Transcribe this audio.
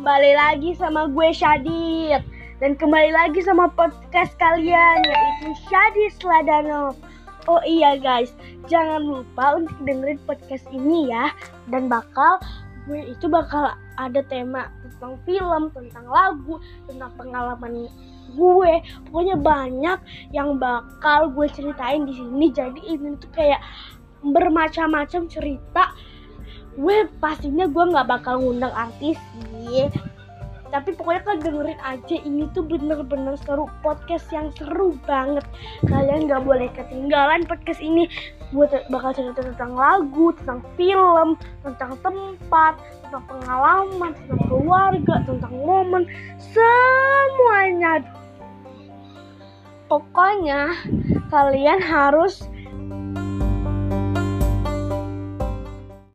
Kembali lagi sama gue Syadid. Dan kembali lagi sama podcast kalian, yaitu Syadid Ladano. Oh iya guys, jangan lupa untuk dengerin podcast ini ya. Dan gue bakal ada tema tentang film, tentang lagu, tentang pengalaman gue. Pokoknya banyak yang bakal gue ceritain di sini. Jadi ini tuh kayak bermacam-macam cerita. Pastinya gue nggak bakal ngundang artis sih, tapi pokoknya kalian dengerin aja, ini tuh bener-bener seru, podcast yang seru banget. Kalian nggak boleh ketinggalan podcast ini. Gue bakal cerita tentang lagu, tentang film, tentang tempat, tentang pengalaman, tentang keluarga, tentang momen, semuanya. Pokoknya kalian harus